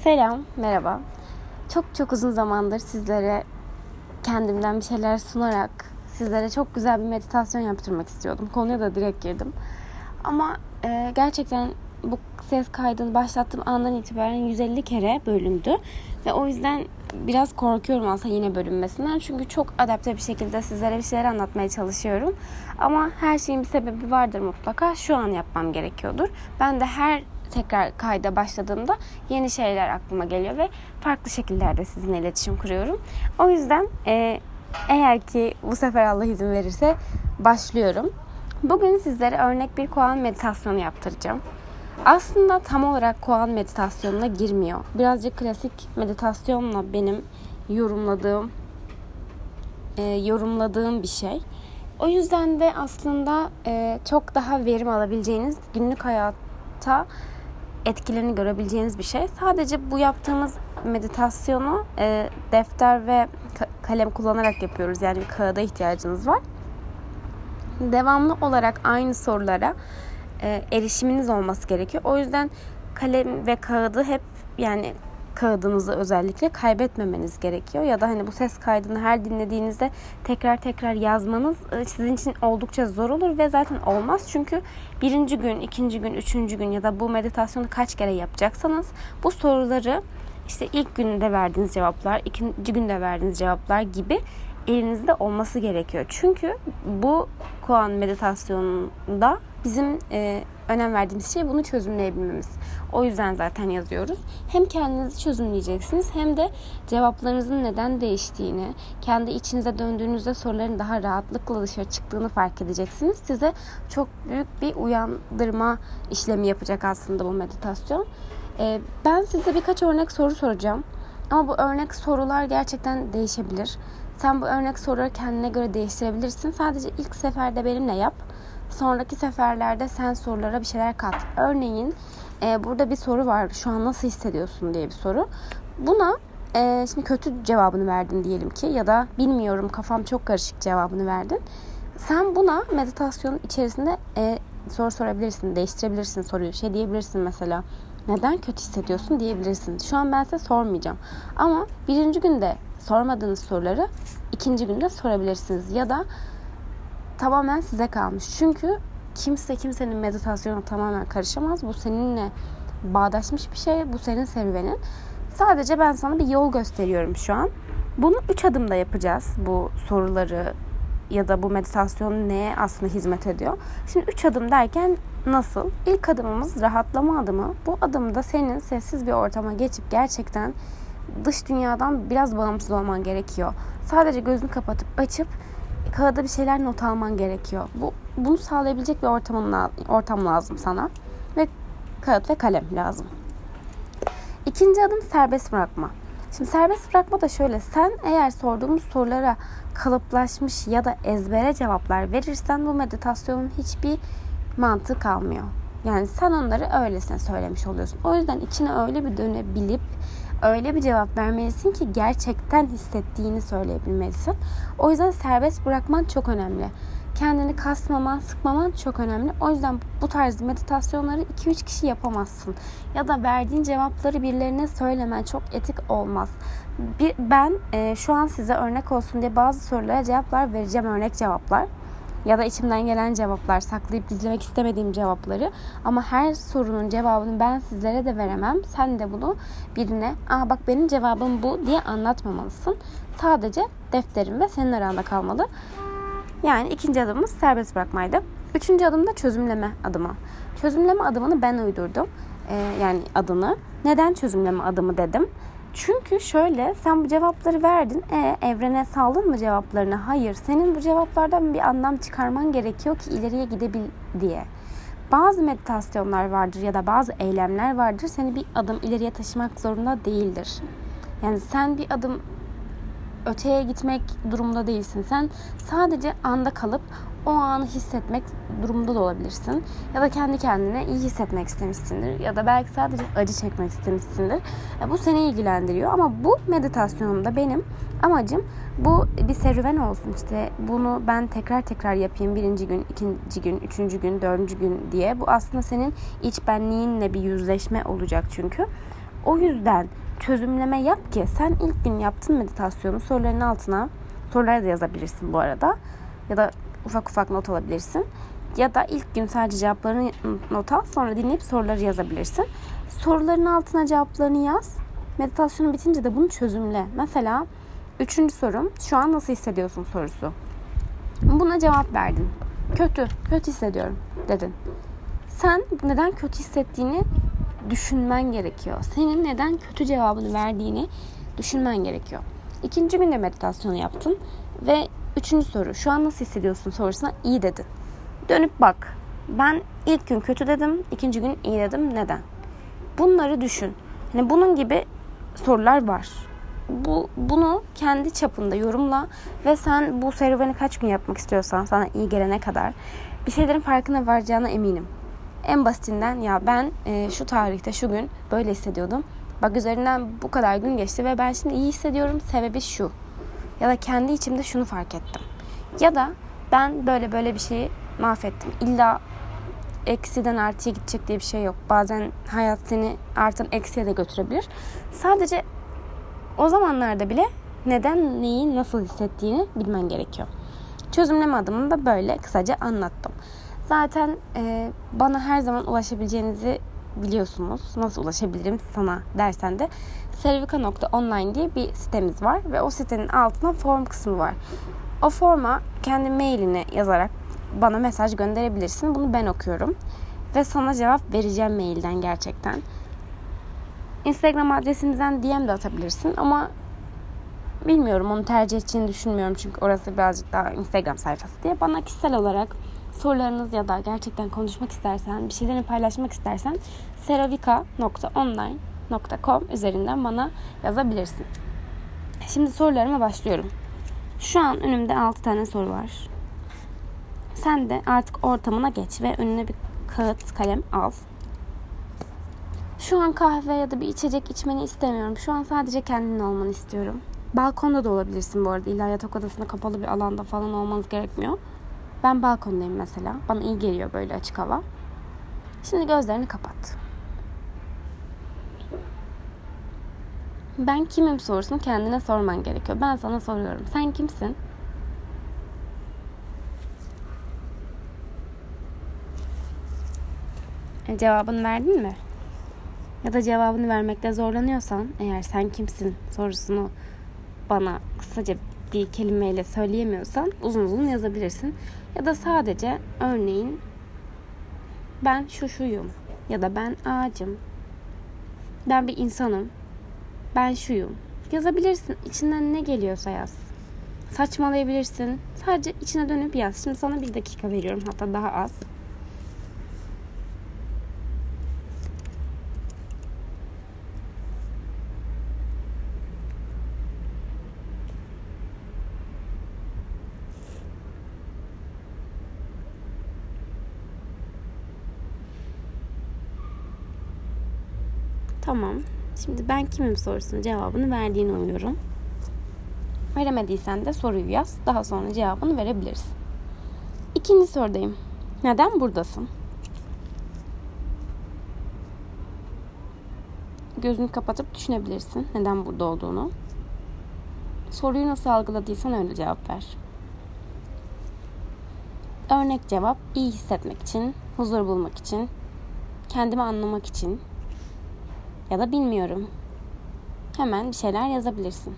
Selam, merhaba. Çok uzun zamandır sizlere kendimden bir şeyler sunarak sizlere çok güzel bir meditasyon yaptırmak istiyordum. Konuya da direkt girdim. Ama gerçekten bu ses kaydını başlattığım andan itibaren 150 kere bölündü. Ve o yüzden biraz korkuyorum aslında yine bölünmesinden. Çünkü çok adapte bir şekilde sizlere bir şeyler anlatmaya çalışıyorum. Ama her şeyin bir sebebi vardır mutlaka. Şu an yapmam gerekiyordur. Ben de her tekrar kayda başladığımda yeni şeyler aklıma geliyor ve farklı şekillerde sizinle iletişim kuruyorum. O yüzden eğer ki bu sefer Allah izin verirse başlıyorum. Bugün sizlere örnek bir koan meditasyonu yaptıracağım. Aslında tam olarak koan meditasyonuna girmiyor. Birazcık klasik meditasyonla benim yorumladığım bir şey. O yüzden de aslında çok daha verim alabileceğiniz, günlük hayatta etkilerini görebileceğiniz bir şey. Sadece bu yaptığımız meditasyonu defter ve kalem kullanarak yapıyoruz. Yani bir kağıda ihtiyacınız var. Devamlı olarak aynı sorulara erişiminiz olması gerekiyor. O yüzden kalem ve kağıdı hep, yani kağıdınızı özellikle kaybetmemeniz gerekiyor. Ya da hani bu ses kaydını her dinlediğinizde tekrar yazmanız sizin için oldukça zor olur ve zaten olmaz. Çünkü birinci gün, ikinci gün, üçüncü gün ya da bu meditasyonu kaç kere yapacaksanız bu soruları işte ilk günde verdiğiniz cevaplar, ikinci günde verdiğiniz cevaplar gibi elinizde olması gerekiyor. Çünkü bu koan meditasyonunda bizim önem verdiğimiz şey bunu çözümleyebilmemiz. O yüzden zaten yazıyoruz. Hem kendinizi çözümleyeceksiniz hem de cevaplarınızın neden değiştiğini, kendi içinize döndüğünüzde soruların daha rahatlıkla dışarı çıktığını fark edeceksiniz. Size çok büyük bir uyandırma işlemi yapacak aslında bu meditasyon. Ben size birkaç örnek soru soracağım. Ama bu örnek sorular gerçekten değişebilir. Sen bu örnek soruları kendine göre değiştirebilirsin. Sadece ilk seferde benimle yap. Sonraki seferlerde sen sorulara bir şeyler kat. Örneğin burada bir soru var. Şu an nasıl hissediyorsun diye bir soru. Buna şimdi kötü cevabını verdin diyelim ki, ya da bilmiyorum, kafam çok karışık cevabını verdin. Sen buna meditasyonun içerisinde soru sorabilirsin. Değiştirebilirsin soruyu. Diyebilirsin mesela. Neden kötü hissediyorsun diyebilirsin. Şu an ben size sormayacağım. Ama birinci günde sormadığınız soruları ikinci günde sorabilirsiniz. Ya da tamamen size kalmış. Çünkü kimse kimsenin meditasyonuna tamamen karışamaz. Bu seninle bağdaşmış bir şey. Bu senin serüvenin. Sadece ben sana bir yol gösteriyorum şu an. Bunu 3 adımda yapacağız. Bu soruları ya da bu meditasyon neye aslında hizmet ediyor? Şimdi 3 adım derken nasıl? İlk adımımız rahatlama adımı. Bu adımda senin sessiz bir ortama geçip gerçekten dış dünyadan biraz bağımsız olman gerekiyor. Sadece gözünü kapatıp açıp kağıda bir şeyler not alman gerekiyor. Bunu sağlayabilecek bir ortam lazım sana. Ve kağıt ve kalem lazım. İkinci adım serbest bırakma. Şimdi serbest bırakma da şöyle. Sen eğer sorduğumuz sorulara kalıplaşmış ya da ezbere cevaplar verirsen bu meditasyonun hiçbir mantığı kalmıyor. Yani sen onları öylesine söylemiş oluyorsun. O yüzden içine öyle bir dönebilip öyle bir cevap vermelisin ki gerçekten hissettiğini söyleyebilmelisin. O yüzden serbest bırakman çok önemli. Kendini kasmaman, sıkmaman çok önemli. O yüzden bu tarz meditasyonları 2-3 kişi yapamazsın. Ya da verdiğin cevapları birilerine söylemen çok etik olmaz. Ben şu an size örnek olsun diye bazı sorulara cevaplar vereceğim, örnek cevaplar. Ya da içimden gelen cevaplar, saklayıp gizlemek istemediğim cevapları. Ama her sorunun cevabını ben sizlere de veremem. Sen de bunu birine, bak benim cevabım bu diye anlatmamalısın. Sadece defterin ve senin aranda kalmalı. Yani ikinci adımımız serbest bırakmaydı. Üçüncü adım da çözümleme adımı. Çözümleme adımını ben uydurdum. Yani adını. Neden çözümleme adımı dedim? Çünkü şöyle, sen bu cevapları verdin. Evrene saldın mı cevaplarını? Hayır. Senin bu cevaplardan bir anlam çıkarman gerekiyor ki ileriye gidebil diye. Bazı meditasyonlar vardır ya da bazı eylemler vardır. Seni bir adım ileriye taşımak zorunda değildir. Yani sen bir adım öteye gitmek durumunda değilsin. Sen sadece anda kalıp o anı hissetmek durumunda da olabilirsin. Ya da kendi kendine iyi hissetmek istemişsindir. Ya da belki sadece acı çekmek istemişsindir. Bu seni ilgilendiriyor. Ama bu meditasyonumda benim amacım bu bir serüven olsun. İşte bunu ben tekrar yapayım. Birinci gün, ikinci gün, üçüncü gün, dördüncü gün diye. Bu aslında senin iç benliğinle bir yüzleşme olacak çünkü. O yüzden çözümleme yap ki sen ilk gün yaptığın meditasyonu soruların altına, soruları da yazabilirsin bu arada. Ya da ufak ufak not alabilirsin. Ya da ilk gün sadece cevaplarını not al, sonra dinleyip soruları yazabilirsin. Soruların altına cevaplarını yaz. Meditasyonun bitince de bunu çözümle. Mesela 3. sorum, şu an nasıl hissediyorsun sorusu. Buna cevap verdin. Kötü hissediyorum dedin. Sen neden kötü hissettiğini düşünmen gerekiyor. Senin neden kötü cevabını verdiğini düşünmen gerekiyor. 2. günde meditasyonu yaptın ve 3. soru, şu an nasıl hissediyorsun sorusuna iyi dedin. Dönüp bak. Ben ilk gün kötü dedim, 2. gün iyi dedim. Neden? Bunları düşün. Yani bunun gibi sorular var. Bunu kendi çapında yorumla ve sen bu serüveni kaç gün yapmak istiyorsan sana iyi gelene kadar bir şeylerin farkına varacağına eminim. En basitinden ya ben şu tarihte şu gün böyle hissediyordum. Bak üzerinden bu kadar gün geçti ve ben şimdi iyi hissediyorum. Sebebi şu. Ya da kendi içimde şunu fark ettim. Ya da ben böyle bir şeyi mahvettim. İlla eksiden artıya gidecek diye bir şey yok. Bazen hayat seni artın eksiye de götürebilir. Sadece o zamanlarda bile neden, neyi, nasıl hissettiğini bilmen gerekiyor. Çözümleme adımını da böyle kısaca anlattım. Zaten bana her zaman ulaşabileceğinizi biliyorsunuz. Nasıl ulaşabilirim sana dersen de Servika.online diye bir sitemiz var ve o sitenin altına form kısmı var. O forma kendi mailini yazarak bana mesaj gönderebilirsin. Bunu ben okuyorum ve sana cevap vereceğim mailden gerçekten. Instagram adresimizden DM de atabilirsin ama bilmiyorum, onu tercih edeceğini düşünmüyorum çünkü orası birazcık daha Instagram sayfası diye. Bana kişisel olarak sorularınız ya da gerçekten konuşmak istersen, bir şeylerini paylaşmak istersen seravika.online.com üzerinden bana yazabilirsin. Şimdi sorularıma başlıyorum. Şu an önümde 6 tane soru var. Sen de artık ortamına geç ve önüne bir kağıt, kalem al. Şu an kahve ya da bir içecek içmeni istemiyorum. Şu an sadece kendin olmanı istiyorum. Balkonda da olabilirsin bu arada. İlla yatak odasında kapalı bir alanda falan olmanız gerekmiyor. Ben balkondayım mesela. Bana iyi geliyor böyle açık hava. Şimdi gözlerini kapat. Ben kimim sorusunu kendine sorman gerekiyor. Ben sana soruyorum. Sen kimsin? Cevabını verdin mi? Ya da cevabını vermekte zorlanıyorsan, eğer sen kimsin sorusunu bana kısaca bir kelimeyle söyleyemiyorsan uzun uzun yazabilirsin. Ya da sadece örneğin ben şuyum ya da ben ağacım, ben bir insanım, ben şuyum yazabilirsin. İçinden ne geliyorsa yaz. Saçmalayabilirsin. Sadece içine dönüp yaz. Şimdi sana 1 dakika veriyorum, hatta daha az. Tamam. Şimdi ben kimim sorusunun cevabını verdiğini umuyorum. Veremediysen de soruyu yaz. Daha sonra cevabını verebiliriz. 2. sorudayım. Neden buradasın? Gözünü kapatıp düşünebilirsin neden burada olduğunu. Soruyu nasıl algıladıysan öyle cevap ver. Örnek cevap: iyi hissetmek için, huzur bulmak için, kendimi anlamak için ya da bilmiyorum. Hemen bir şeyler yazabilirsin.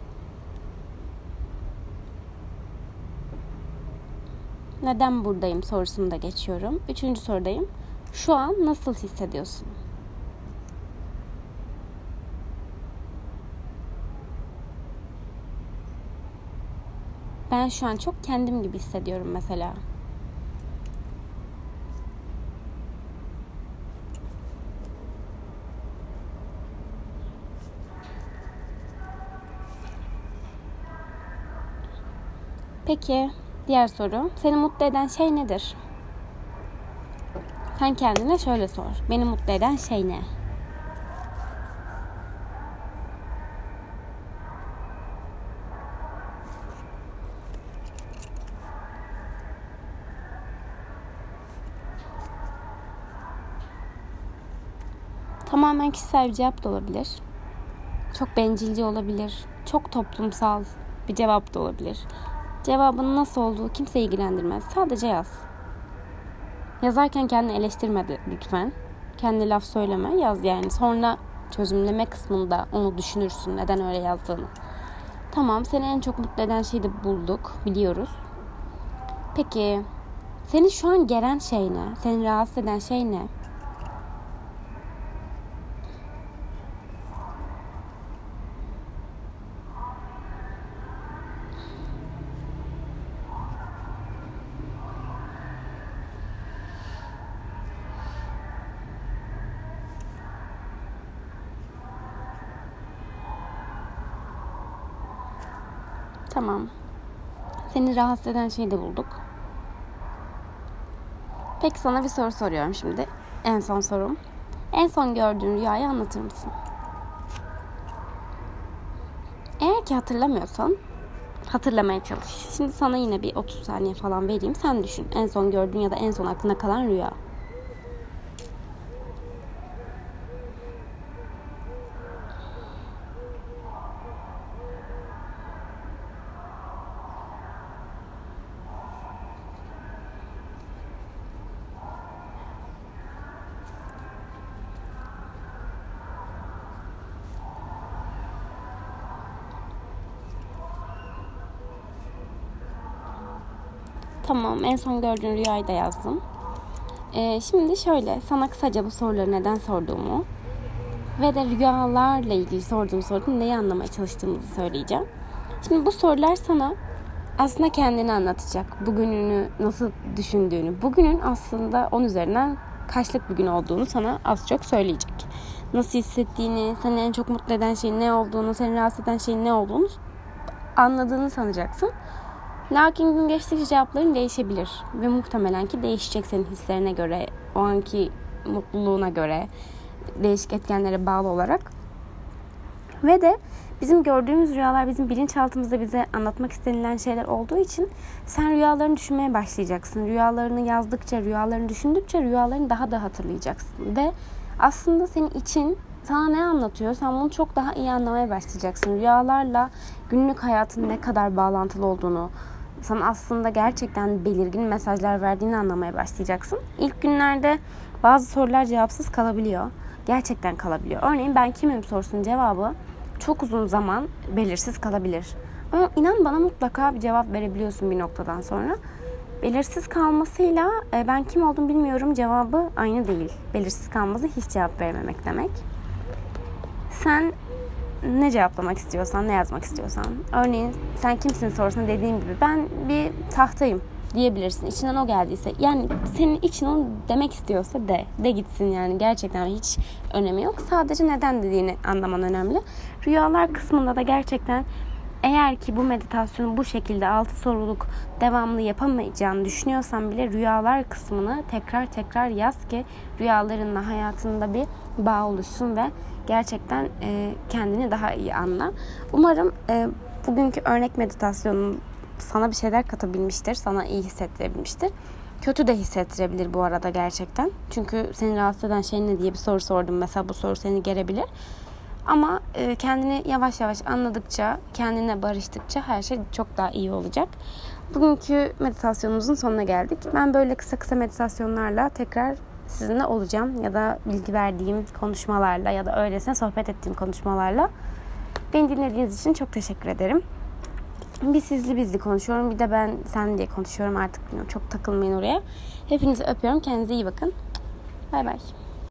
Neden buradayım sorusunu da geçiyorum. 3. sorudayım. Şu an nasıl hissediyorsun? Ben şu an çok kendim gibi hissediyorum mesela. Peki, diğer soru. Seni mutlu eden şey nedir? Sen kendine şöyle sor. Beni mutlu eden şey ne? Tamamen kişisel bir cevap da olabilir. Çok bencilce olabilir. Çok toplumsal bir cevap da olabilir. Cevabının nasıl olduğu kimseyi ilgilendirmez. Sadece yaz. Yazarken kendini eleştirme de lütfen. Kendi laf söyleme, yaz yani. Sonra çözümleme kısmında onu düşünürsün neden öyle yazdığını. Tamam, seni en çok mutlu eden şeyi de bulduk, biliyoruz. Peki, seni şu an geren şey ne? Seni rahatsız eden şey ne? Tamam. Seni rahatsız eden şeyi de bulduk. Peki sana bir soru soruyorum şimdi. En son sorum. En son gördüğün rüyayı anlatır mısın? Eğer ki hatırlamıyorsan hatırlamaya çalış. Şimdi sana yine bir 30 saniye falan vereyim. Sen düşün. En son gördüğün ya da en son aklına kalan rüya. Tamam, en son gördüğün rüyayı da yazdım. Şimdi şöyle, sana kısaca bu soruları neden sorduğumu ve de rüyalarla ilgili sorduğum soruda neyi anlamaya çalıştığımızı söyleyeceğim. Şimdi bu sorular sana aslında kendini anlatacak. Bugününü nasıl düşündüğünü, bugünün aslında 10 üzerinden kaçlık bir gün olduğunu sana az çok söyleyecek. Nasıl hissettiğini, seni en çok mutlu eden şeyin ne olduğunu, seni rahatsız eden şeyin ne olduğunu anladığını sanacaksın. Lakin gün geçtikçe cevapların değişebilir. Ve muhtemelen ki değişecek senin hislerine göre, o anki mutluluğuna göre, değişik etkenlere bağlı olarak. Ve de bizim gördüğümüz rüyalar bizim bilinçaltımızda bize anlatmak istenilen şeyler olduğu için sen rüyalarını düşünmeye başlayacaksın. Rüyalarını yazdıkça, rüyalarını düşündükçe rüyalarını daha da hatırlayacaksın. Ve aslında senin için sana ne anlatıyor? Sen bunu çok daha iyi anlamaya başlayacaksın. Rüyalarla günlük hayatın ne kadar bağlantılı olduğunu, sana aslında gerçekten belirgin mesajlar verdiğini anlamaya başlayacaksın. İlk günlerde bazı sorular cevapsız kalabiliyor. Gerçekten kalabiliyor. Örneğin ben kimim sorusunun cevabı çok uzun zaman belirsiz kalabilir. Ama inan bana mutlaka bir cevap verebiliyorsun bir noktadan sonra. Belirsiz kalmasıyla ben kim olduğumu bilmiyorum cevabı aynı değil. Belirsiz kalması hiç cevap verememek demek. Sen ne cevaplamak istiyorsan, ne yazmak istiyorsan. Örneğin sen kimsin sorusuna dediğim gibi ben bir tahtayım diyebilirsin. İçinden o geldiyse. Yani senin için onu demek istiyorsa de gitsin yani. Gerçekten hiç önemi yok. Sadece neden dediğini anlaman önemli. Rüyalar kısmında da gerçekten eğer ki bu meditasyonu bu şekilde 6 soruluk devamlı yapamayacağını düşünüyorsan bile rüyalar kısmını tekrar yaz ki rüyalarınla hayatında bir bağ oluşsun ve gerçekten kendini daha iyi anla. Umarım bugünkü örnek meditasyonum sana bir şeyler katabilmiştir, sana iyi hissettirebilmiştir. Kötü de hissettirebilir bu arada gerçekten. Çünkü seni rahatsız eden şey ne diye bir soru sordum. Mesela bu soru seni gerebilir. Ama kendini yavaş yavaş anladıkça, kendine barıştıkça her şey çok daha iyi olacak. Bugünkü meditasyonumuzun sonuna geldik. Ben böyle kısa meditasyonlarla tekrar sizinle olacağım. Ya da bilgi verdiğim konuşmalarla ya da öylesine sohbet ettiğim konuşmalarla. Beni dinlediğiniz için çok teşekkür ederim. Bir sizli bizli konuşuyorum. Bir de ben sen diye konuşuyorum artık. Çok takılmayın oraya. Hepinizi öpüyorum. Kendinize iyi bakın. Bay bay.